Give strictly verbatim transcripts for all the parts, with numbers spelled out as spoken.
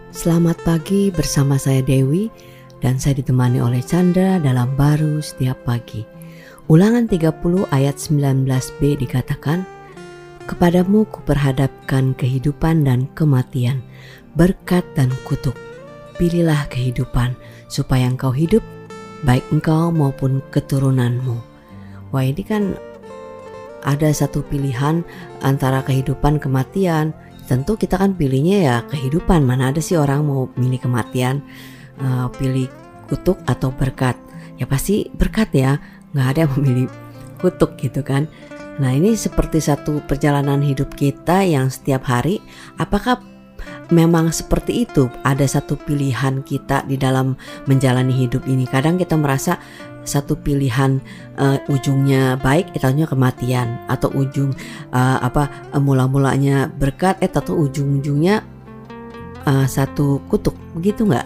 Selamat pagi bersama saya Dewi dan saya ditemani oleh Chandra dalam Baru Setiap Pagi. Ulangan tiga puluh ayat sembilan belas b dikatakan, "Kepadamu kuperhadapkan kehidupan dan kematian, berkat dan kutuk. Pilihlah kehidupan supaya engkau hidup, baik engkau maupun keturunanmu." Wah, ini kan ada satu pilihan antara kehidupan kematian. Tentu kita kan pilihnya ya kehidupan. Mana ada sih orang mau milih kematian, uh, pilih kutuk atau berkat? Ya pasti berkat ya, nggak ada yang memilih kutuk gitu kan. Nah, ini seperti satu perjalanan hidup kita yang setiap hari. Apakah memang seperti itu? Ada satu pilihan kita di dalam menjalani hidup ini. Kadang kita merasa satu pilihan uh, ujungnya baik, eh tahunya kematian, atau ujung uh, apa uh, mula-mulanya berkat, eh tahu ujung-ujungnya uh, satu kutuk, begitu nggak?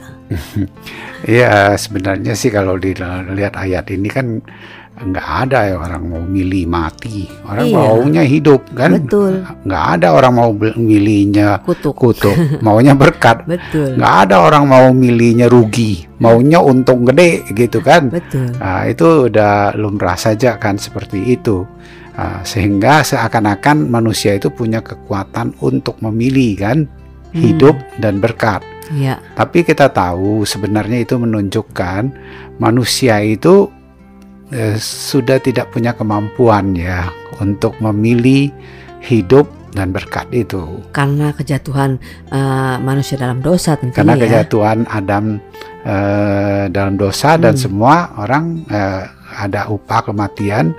Iya, sebenarnya sih kalau dilihat ayat ini kan nggak ada ya orang mau milih mati, orang iya. maunya hidup kan. Betul. Nggak ada orang mau milihnya kutuk, kutuk. Maunya berkat. Betul. Nggak ada orang mau milihnya rugi, maunya untung gede gitu kan. Betul. Nah, itu udah lumrah saja kan seperti itu. Nah, sehingga seakan-akan manusia itu punya kekuatan untuk memilih kan hidup hmm. dan berkat. Ya. Tapi kita tahu sebenarnya itu menunjukkan manusia itu eh, sudah tidak punya kemampuan ya untuk memilih hidup dan berkat itu. Karena kejatuhan uh, manusia dalam dosa tentunya. Karena ya. kejatuhan Adam uh, dalam dosa hmm. dan semua orang uh, ada upah kematian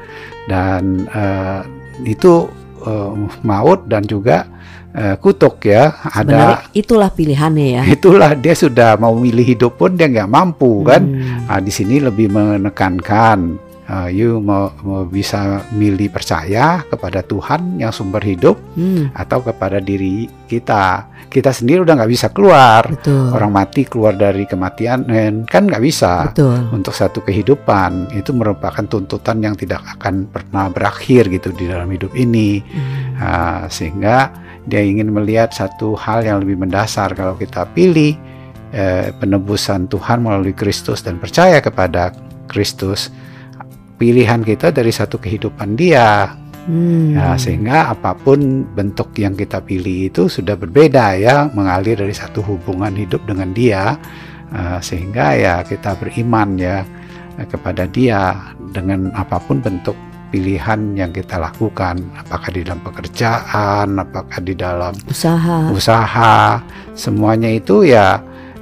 dan uh, itu uh, maut dan juga Uh, kutuk ya. Sebenarnya ada itulah pilihannya ya. Itulah dia sudah mau milih hidup pun dia nggak mampu kan. Hmm. Nah, di sini lebih menekankan uh, you mau, mau bisa milih percaya kepada Tuhan yang sumber hidup hmm. atau kepada diri kita. Kita sendiri udah nggak bisa keluar. Betul. Orang mati keluar dari kematian kan nggak bisa. Betul. Untuk satu kehidupan itu merupakan tuntutan yang tidak akan pernah berakhir gitu di dalam hidup ini. Hmm. Uh, sehingga dia ingin melihat satu hal yang lebih mendasar. Kalau kita pilih eh, penebusan Tuhan melalui Kristus dan percaya kepada Kristus, pilihan kita dari satu kehidupan dia. Hmm. Ya, sehingga apapun bentuk yang kita pilih itu sudah berbeda ya, mengalir dari satu hubungan hidup dengan dia. Uh, sehingga ya kita beriman ya kepada dia dengan apapun bentuk pilihan yang kita lakukan, apakah di dalam pekerjaan, apakah di dalam usaha, usaha, semuanya itu ya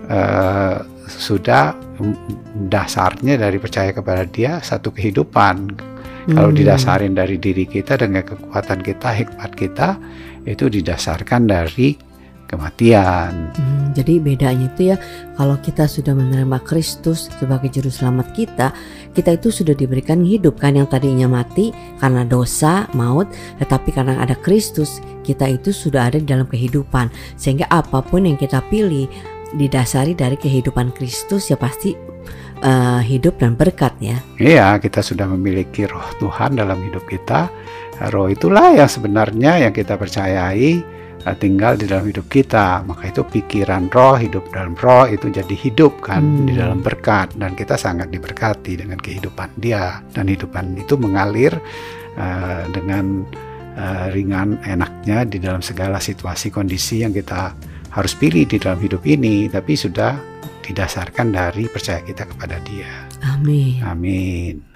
eh, sudah dasarnya dari percaya kepada dia satu kehidupan. Hmm. Kalau didasarin dari diri kita dengan kekuatan kita, hikmat kita, itu didasarkan dari kematian. Hmm, jadi bedanya itu ya, kalau kita sudah menerima Kristus sebagai juru selamat kita, kita itu sudah diberikan hidup kan, yang tadinya mati karena dosa, maut, tetapi karena ada Kristus, kita itu sudah ada di dalam kehidupan. Sehingga apapun yang kita pilih didasari dari kehidupan Kristus ya pasti uh, hidup dan berkat ya. Iya, kita sudah memiliki roh Tuhan dalam hidup kita. Roh itulah yang sebenarnya yang kita percayai tinggal di dalam hidup kita. Maka itu pikiran roh, hidup dalam roh itu jadi hidup kan hmm. di dalam berkat, dan kita sangat diberkati dengan kehidupan dia, dan hidupan itu mengalir uh, dengan uh, ringan enaknya di dalam segala situasi kondisi yang kita harus pilih di dalam hidup ini, tapi sudah didasarkan dari percaya kita kepada dia. Amin. Amin.